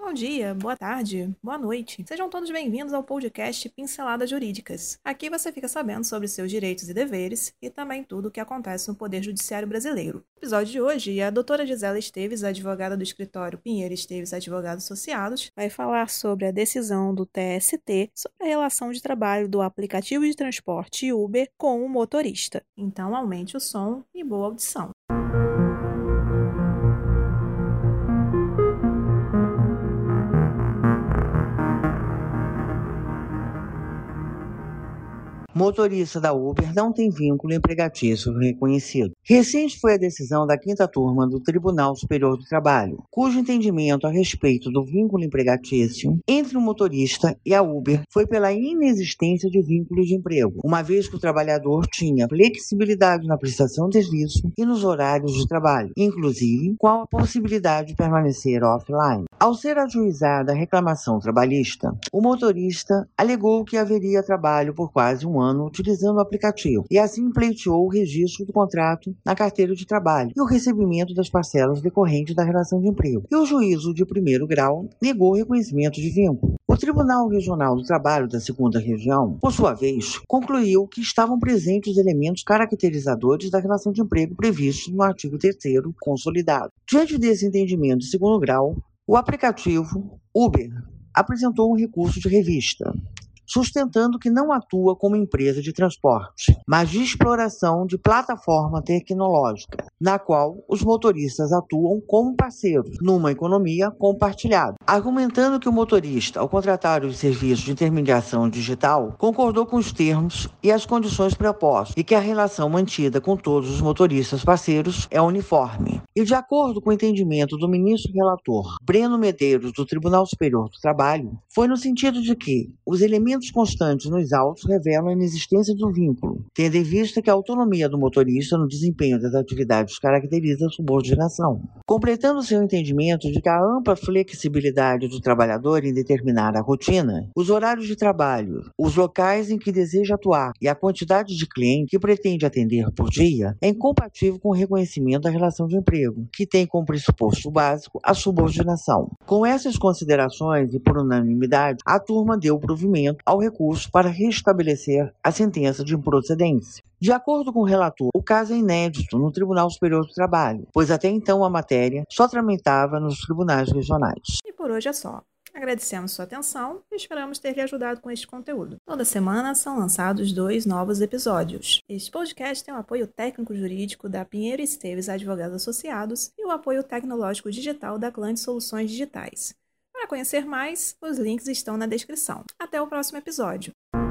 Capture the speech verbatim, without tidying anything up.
Bom dia, boa tarde, boa noite. Sejam todos bem-vindos ao podcast Pinceladas Jurídicas. Aqui você fica sabendo sobre seus direitos e deveres e também tudo o que acontece no Poder Judiciário Brasileiro. No episódio de hoje, a doutora Gisela Esteves, advogada do escritório Pinheiro Esteves Advogados Associados, vai falar sobre a decisão do T S T sobre a relação de trabalho do aplicativo de transporte Uber com o motorista. Então, aumente o som e boa audição. Motorista da Uber não tem vínculo empregatício reconhecido. Recente foi a decisão da quinta turma do Tribunal Superior do Trabalho, cujo entendimento a respeito do vínculo empregatício entre o motorista e a Uber foi pela inexistência de vínculo de emprego, uma vez que o trabalhador tinha flexibilidade na prestação de serviço e nos horários de trabalho, inclusive com a possibilidade de permanecer offline. Ao ser ajuizada a reclamação trabalhista, o motorista alegou que haveria trabalho por quase um ano utilizando o aplicativo e assim pleiteou o registro do contrato na carteira de trabalho e o recebimento das parcelas decorrentes da relação de emprego. E o juízo de primeiro grau negou o reconhecimento de vínculo. O Tribunal Regional do Trabalho da segunda Região, por sua vez, concluiu que estavam presentes os elementos caracterizadores da relação de emprego previstos no artigo terceiro consolidado. Diante desse entendimento de segundo grau, o aplicativo Uber apresentou um recurso de revista, sustentando que não atua como empresa de transporte, mas de exploração de plataforma tecnológica, na qual os motoristas atuam como parceiros, numa economia compartilhada, argumentando que o motorista, ao contratar o serviço de intermediação digital, concordou com os termos e as condições propostas e que a relação mantida com todos os motoristas parceiros é uniforme. E de acordo com o entendimento do ministro relator Breno Medeiros, do Tribunal Superior do Trabalho, foi no sentido de que os elementos constantes nos autos revelam a inexistência do vínculo, tendo em vista que a autonomia do motorista no desempenho das atividades caracteriza a subordinação. Completando seu entendimento de que a ampla flexibilidade do trabalhador em determinar a rotina, os horários de trabalho, os locais em que deseja atuar e a quantidade de clientes que pretende atender por dia é incompatível com o reconhecimento da relação de emprego, que tem como pressuposto básico a subordinação. Com essas considerações e por unanimidade, a turma deu provimento ao recurso para restabelecer a sentença de improcedência. De acordo com o relator, o caso é inédito no Tribunal Superior do Trabalho, pois até então a matéria só tramitava nos tribunais regionais. E por hoje é só. Agradecemos sua atenção e esperamos ter lhe ajudado com este conteúdo. Toda semana são lançados dois novos episódios. Este podcast tem o apoio técnico-jurídico da Pinheiro Esteves Advogados Associados e o apoio tecnológico digital da Clã de Soluções Digitais. Para conhecer mais, os links estão na descrição. Até o próximo episódio.